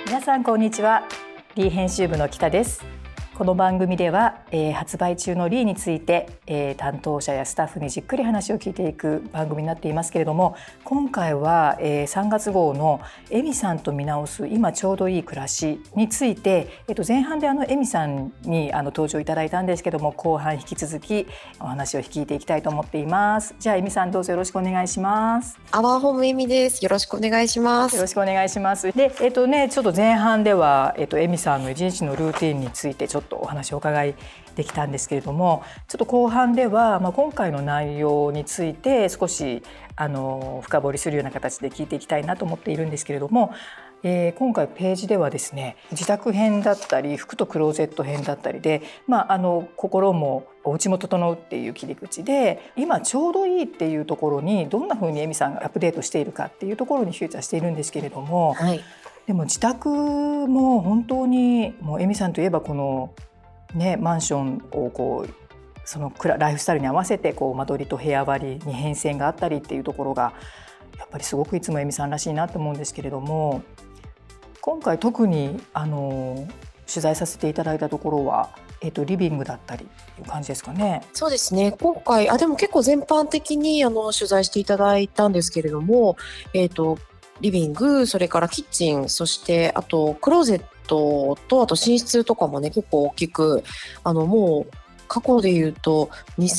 皆さんこんにちは。リー編集部の北です。この番組では、発売中のリーについて、担当者やスタッフにじっくり話を聞いていく番組になっていますけれども、今回は、3月号のエミさんと見直す今ちょうどいい暮らしについて、前半でエミさんに登場いただいたんですけども、後半引き続きお話を聞いていきたいと思っています。じゃあエミさんどうぞよろしくお願いします。 アワーホームエミです。よろしくお願いします。 よろしくお願いします。で、ちょっと前半では、エミさんの一日のルーティンについてちょっとお話をお伺いできたんですけれども、ちょっと後半では、今回の内容について少し深掘りするような形で聞いていきたいなと思っているんですけれども、今回ページではですね、自宅編だったり服とクローゼット編だったりで、心もお家も整うっていう切り口で、今ちょうどいいっていうところにどんな風にエミさんがアップデートしているかっていうところにフューチャーしているんですけれども、 はい、 でも自宅も本当にもうエミさんといえばこのね、マンションをそのライフスタイルに合わせて間取りと部屋割りに変遷があったりっていうところがやっぱりすごくいつもエミさんらしいなと思うんですけれども、今回特に取材させていただいたところは、リビングだったりっていう感じですかね。 そうですね。今回でも結構全般的に取材していただいたんですけれども、リビング、それからキッチン、そしてあとクローゼットと、あと寝室とかもね、結構大きくもう過去で言うと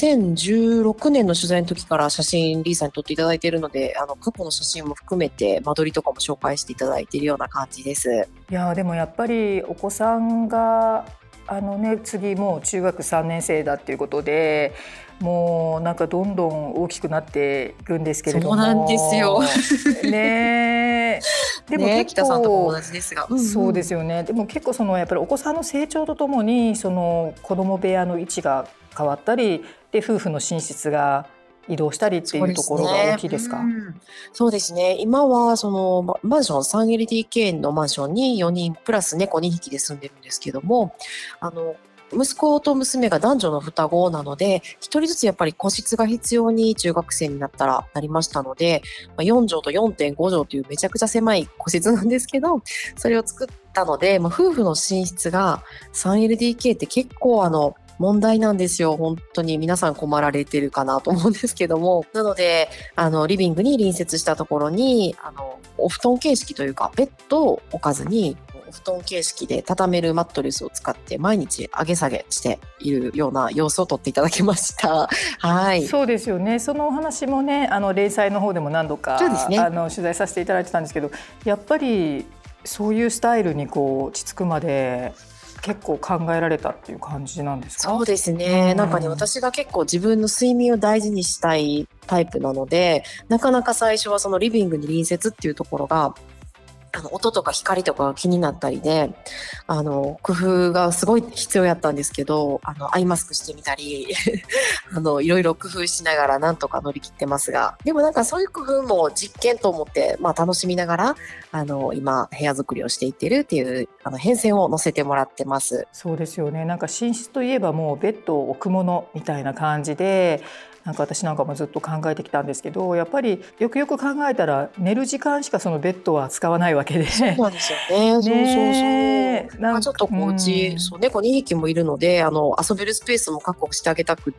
2016年の取材の時から写真リーさんに撮っていただいているので、過去の写真も含めて間取りとかも紹介していただいているような感じです。 いやでもやっぱりお子さんが次もう中学3年生だっていうことで、もうなんかどんどん大きくなっていくんですけれども。 そうなんですよね。でも結構、 北さんとも同じですが、 そうですよね。でも結構やっぱりお子さんの成長とともに子供部屋の位置が変わったりで、夫婦の寝室が移動したりっていうところが大きいですか？ そうですね。今はマンション 3LDK のマンションに4人プラス猫2匹で住んでるんですけども、息子と娘が男女の双子なので、1人ずつやっぱり個室が必要に中学生になったらなりましたので、4畳と 4.5 畳というめちゃくちゃ狭い個室なんですけど、それを作ったので、夫婦の寝室が 3LDK って結構問題なんですよ。本当に皆さん困られてるかなと思うんですけども。なので、リビングに隣接したところに、お布団形式というか、ベッドを置かずに、お布団形式で畳めるマットレスを使って毎日上げ下げしているような様子を撮っていただきました。はい。 そうですよね。そのお話もね、連載の方でも何度か、取材させていただいてたんですけど、やっぱりそういうスタイルに落ち着くまで結構考えられたっていう感じなんですか？ そうですね。なんかね、私が結構自分の睡眠を大事にしたいタイプなので、なかなか最初はそのリビングに隣接っていうところが、音とか光とかが気になったりで、工夫がすごい必要やったんですけど、アイマスクしてみたり、いろいろ工夫しながらなんとか乗り切ってますが、でもなんかそういう工夫も実験と思って、楽しみながら、今部屋作りをしていってるっていう、変遷を載せてもらってます。 そうですよね。なんか寝室といえばもうベッドを置くものみたいな感じで、なんか私なんかもずっと考えてきたんですけど、やっぱりよくよく考えたら寝る時間しかそのベッドは使わないわけで。 そうなんですよね。そう。ちょっとうち、猫2匹もいるので、遊べるスペースも確保してあげたくって。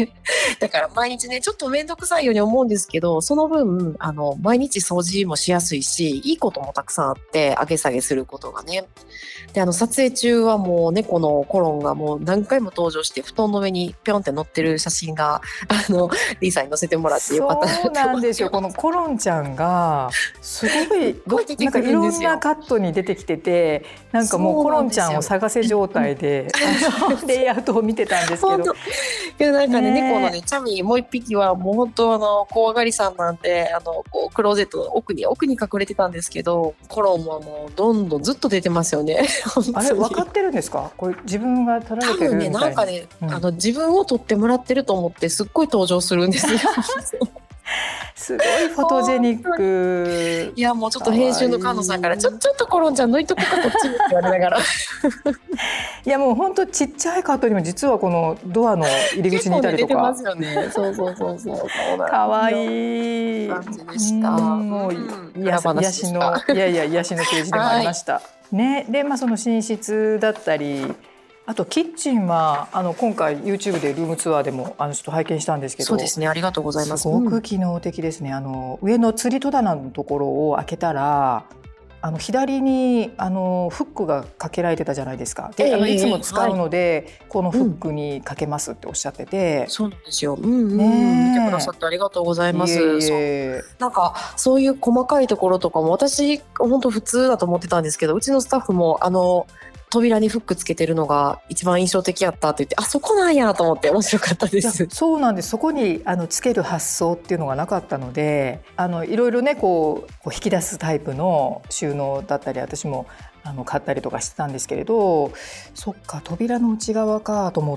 だから毎日ね、ちょっとめんどくさいように思うんですけど、その分、毎日掃除もしやすいし、いいこともたくさんあって、上げ下げすることがね。で、撮影中はもう猫のコロンがもう何回も登場して、布団の上にぴょんって乗ってる写真が、リーさんに載せてもらってよかったなと思って。 そうなんですよ。このコロンちゃんがすごいなんかいろんなカットに出てきてて、なんかもうコロンちゃんを探せ状態でレイアウトを見てたんですけど、 いやなんかね、猫のねチャミーもう一匹はもう本当怖がりさんなんで、クローゼットの奥に隠れてたんですけど、コロンはもうどんどんずっと出てますよね。 あれ分かってるんですか？これ自分が撮られてるみたいな。 多分ね、なんかね、自分を撮ってもらってると思ってすっごい登場するんですよ。 すごいフォトジェニック。 いや、もうちょっと編集の菅野さんからちょっとコロンちゃん抜いとくかこっちにって言われながらいやもう本当ちっちゃいカートにも実はこのドアの入り口にいたりとか。 結構ね出てますよね。そうかわいい感じでした。 もう癒しの癒しのページでもありました。ね、でその寝室だったり、あとキッチンは今回 YouTube でルームツアーでもちょっと拝見したんですけど、 そうですね、ありがとうございます。 すごく機能的ですね。上の吊り戸棚のところを開けたら左にフックがかけられてたじゃないですか。でいつも使うので、このフックにかけますっておっしゃってて、 そうなんですよ。見てくださってありがとうございます。なんかそういう細かいところとかも私本当普通だと思ってたんですけど、うちのスタッフも扉にフックつけてるのが一番印象的やったって言って、あそこなんやと思って面白かったです。 そうなんです。そこにつける発想っていうのがなかったので、いろいろねこう引き出すタイプの収納だったり私も買ったりとかしてたんですけれど、そっか扉の内側かと思って、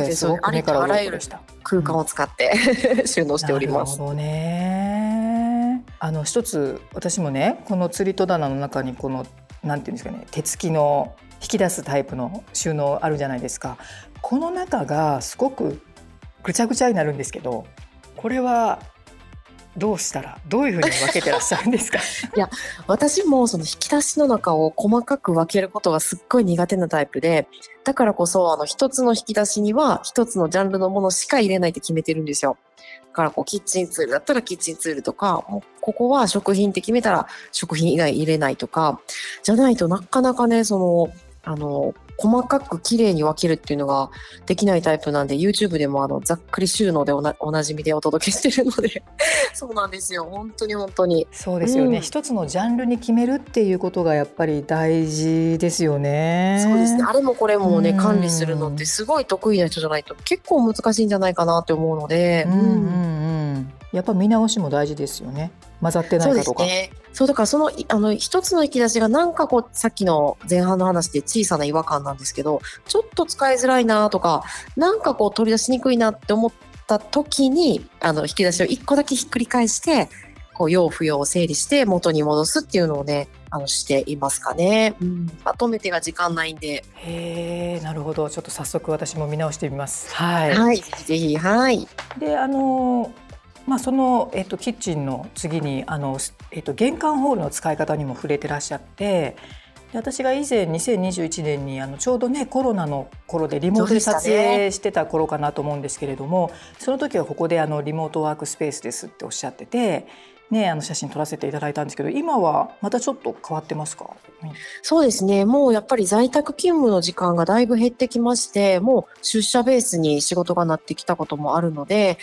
すごく目から鱗でした。 空間を使って収納しております。 なるほどね。一つ私もね、この吊り戸棚の中にこのなんていうんですかね、手つきの引き出すタイプの収納あるじゃないですか。この中がすごくぐちゃぐちゃになるんですけど、これはどうしたらどういうふうに分けてらっしゃるんですか？ いや、私もその引き出しの中を細かく分けることがすっごい苦手なタイプで、だからこそ一つの引き出しには一つのジャンルのものしか入れないって決めてるんですよ。だからキッチンツールだったらキッチンツールとか、もうここは食品って決めたら食品以外入れないとかじゃないと、なかなかね細かく綺麗に分けるっていうのができないタイプなんで、 YouTube でもざっくり収納でおなじみでお届けしてるのでそうなんですよ、本当にそうですよね、一つのジャンルに決めるっていうことがやっぱり大事ですよね。 そうですね、あれもこれもね管理するのってすごい得意な人じゃないと結構難しいんじゃないかなって思うので、 やっぱ見直しも大事ですよね。混ざってないかとか。 そうですね。そうだから一つの引き出しがなんかさっきの前半の話で小さな違和感なんですけど、ちょっと使いづらいなとか、なんか取り出しにくいなって思った時に引き出しを一個だけひっくり返して要不要を整理して元に戻すっていうのをねしていますかね。まとめてが時間ないんで。 へー、なるほど。ちょっと早速私も見直してみます。はい、 ぜひ。はい。 でその、キッチンの次に玄関ホールの使い方にも触れてらっしゃって、で私が以前2021年にちょうどねコロナの頃でリモートで撮影してた頃かなと思うんですけれども、その時はここでリモートワークスペースですっておっしゃってて、ね、写真撮らせていただいたんですけど、今はまたちょっと変わってますか？ そうですね、もうやっぱり在宅勤務の時間がだいぶ減ってきまして、もう出社ベースに仕事がなってきたこともあるので、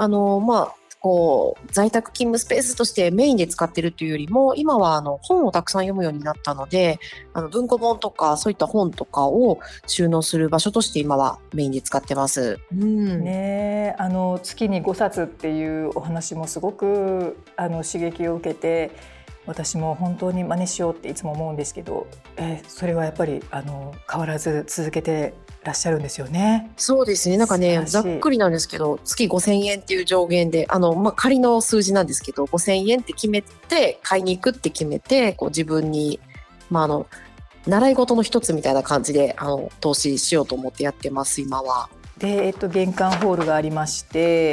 在宅勤務スペースとしてメインで使ってるというよりも、今は本をたくさん読むようになったので、文庫本とかそういった本とかを収納する場所として今はメインで使ってます。 ね、月に5冊っていうお話もすごく刺激を受けて、私も本当に真似しようっていつも思うんですけど、それはやっぱり変わらず続けてらっしゃるんですよね。 そうですね、なんかねざっくりなんですけど月5000円っていう上限で仮の数字なんですけど、5000円って決めて買いに行くって決めて自分に習い事の一つみたいな感じで投資しようと思ってやってます今は。 で、玄関ホールがありまして、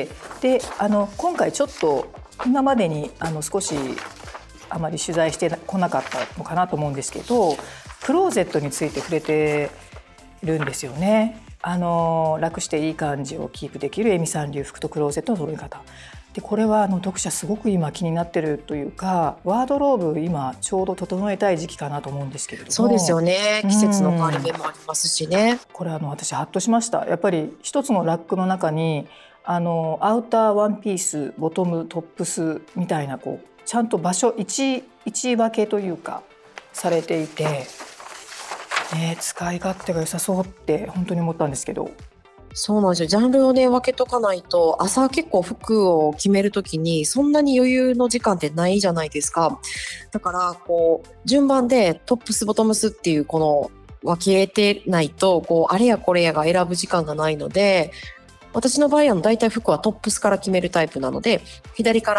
で今回ちょっと今までに少しあまり取材してこなかったのかなと思うんですけど、クローゼットについて触れてるんですよね。楽していい感じをキープできるエミさん流服とクローゼットの揃え方で、これは読者すごく今気になってるというか、ワードローブ今ちょうど整えたい時期かなと思うんですけれども。 そうですよね、季節の変わり目もありますしね。 これ私ハッとしました。やっぱり一つのラックの中にアウター、ワンピース、ボトム、トップスみたいなちゃんと場所位置分けというかされていて、使い勝手が良さそうって本当に思ったんですけど。 そうなんですよ、ジャンルをね分けとかないと、朝結構服を決めるときにそんなに余裕の時間ってないじゃないですか。だから順番でトップスボトムスっていう分けてないとあれやこれやが選ぶ時間がないので、私の場合大体服はトップスから決めるタイプなので、左から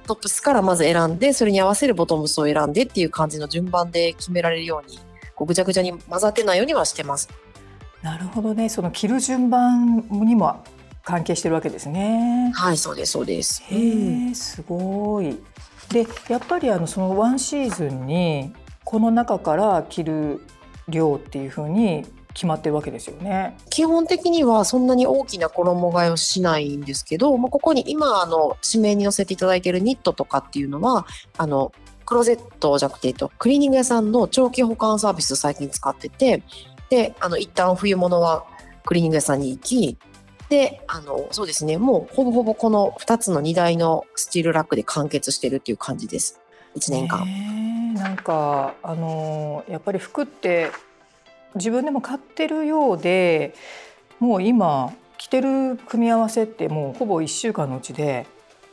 トップスからまず選んで、それに合わせるボトムスを選んでっていう感じの順番で決められるように、こうぐちゃぐちゃに混ざってないようにはしてます。 なるほどね。その着る順番にも関係してるわけですね。 はい、そうですそうです。 へえ、すごい。でやっぱりそのワンシーズンにこの中から着る量っていう風に決まってるわけですよね。 基本的にはそんなに大きな衣替えをしないんですけど、ここに今指名に載せていただいているニットとかっていうのはクローゼットじゃなくて、クリーニング屋さんの長期保管サービスを最近使ってて、で一旦冬物はクリーニング屋さんに行き、でそうですね、もうほぼほぼこの2つの荷台のスチールラックで完結してるっていう感じです。1年間。 なんかやっぱり服って自分でも買ってるようで、もう今着てる組み合わせってもうほぼ1週間のうちで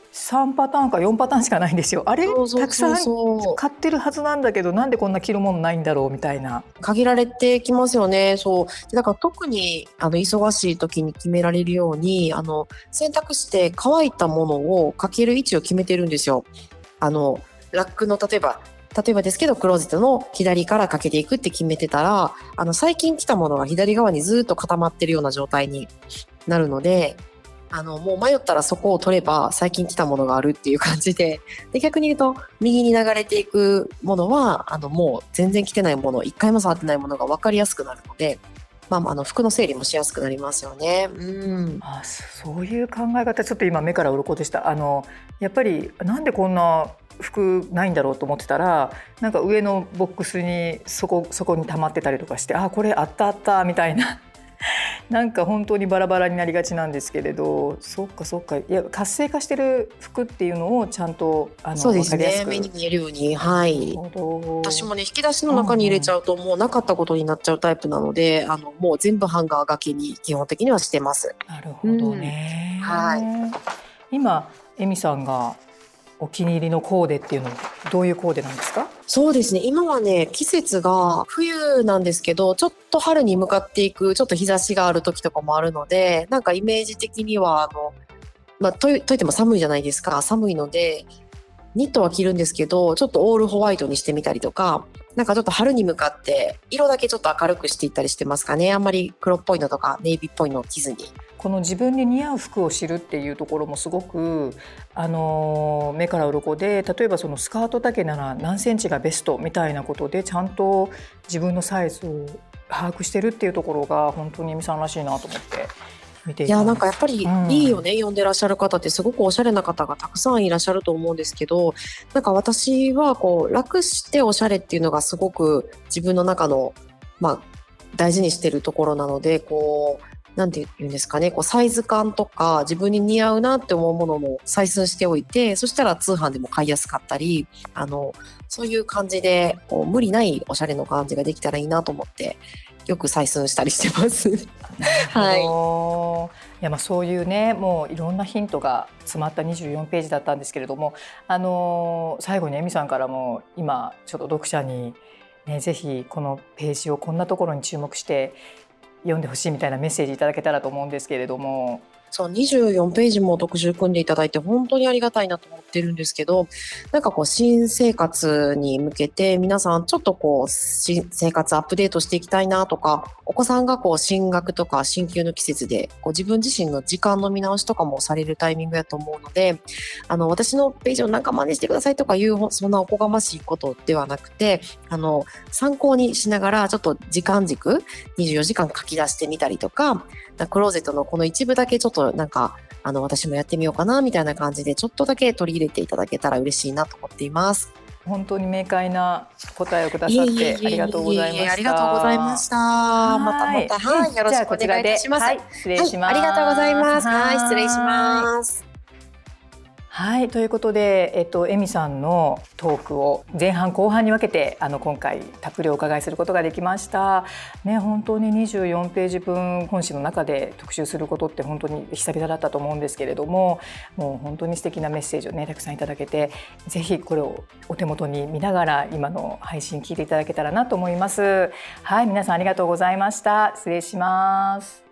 3パターンか4パターンしかないんですよ。あれ、たくさん買ってるはずなんだけど、なんでこんな着るものないんだろうみたいな。 限られてきますよね。そうだから特に忙しい時に決められるように洗濯して乾いたものをかける位置を決めてるんですよ。ラックの例えばですけど、クローゼットの左からかけていくって決めてたら、最近着たものが左側にずっと固まってるような状態になるので、もう迷ったらそこを取れば最近着たものがあるっていう感じで、逆に言うと右に流れていくものはもう全然着てないもの、一回も触ってないものが分かりやすくなるので、服の整理もしやすくなりますよね。 そういう考え方、ちょっと今目から鱗でした。やっぱりなんでこんな服ないんだろうと思ってたら、なんか上のボックスにそこに溜まってたりとかして、これあったみたいななんか本当にバラバラになりがちなんですけれど、そっか、いや活性化してる服っていうのをちゃんとそうですね、目に見えるように。はい。私もね、引き出しの中に入れちゃうともうなかったことになっちゃうタイプなので、もう全部ハンガー掛けに基本的にはしてます。 なるほどね。 はい。 今エミさんがお気に入りのコーデっていうのはどういうコーデなんですか？ そうですね、今はね、季節が冬なんですけど、ちょっと春に向かっていく、ちょっと日差しがある時とかもあるので、なんかイメージ的にはといっても寒いじゃないですか。寒いのでニットは着るんですけど、ちょっとオールホワイトにしてみたりとか、なんかちょっと春に向かって色だけちょっと明るくしていったりしてますかね。あんまり黒っぽいのとかネイビーっぽいのを着ずに。 この自分に似合う服を知るっていうところもすごく目から鱗で、例えばそのスカート丈なら何センチがベストみたいなことでちゃんと自分のサイズを把握してるっていうところが本当にエミさんらしいなと思って見ていたんです。 いや、なんかやっぱりいいよね、読んでらっしゃる方ってすごくおしゃれな方がたくさんいらっしゃると思うんですけど、なんか私はこう楽しておしゃれっていうのがすごく自分の中の大事にしてるところなので、こうなんて言うんですかね、こうサイズ感とか自分に似合うなって思うものも採寸しておいて、そしたら通販でも買いやすかったり、そういう感じでこう無理ないおしゃれの感じができたらいいなと思ってよく採寸したりしてますはい。いや、そういうね、もういろんなヒントが詰まった24ページだったんですけれども、最後にエミさんからも今ちょっと読者に、ね、ぜひこのページをこんなところに注目して読んでほしいみたいなメッセージいただけたらと思うんですけれども。 そう、24ページも特集組んでいただいて本当にありがたいなと思ってるんですけど、なんかこう新生活に向けて皆さんちょっとこう新生活アップデートしていきたいなとか、お子さんがこう進学とか進級の季節でこう自分自身の時間の見直しとかもされるタイミングやと思うので、私のページをなんか真似してくださいとかいうそんなおこがましいことではなくて、参考にしながらちょっと時間軸24時間書き出してみたりとか、クローゼットのこの一部だけちょっとなんか私もやってみようかなみたいな感じでちょっとだけ取り入れていただけたら嬉しいなと思っています。 本当に明快な答えをくださってありがとうございました。 ありがとうございました。また、はい、よろしくお願いいたします。 はい、失礼します。 ありがとうございます。はい、失礼します。 はい、ということで、エミさんのトークを前半後半に分けて今回たっぷりお伺いすることができました、ね。本当に24ページ分本誌の中で特集することって本当に久々だったと思うんですけれども、もう本当に素敵なメッセージをねたくさんいただけて、ぜひこれをお手元に見ながら今の配信聞いていただけたらなと思います。はい、皆さんありがとうございました。失礼します。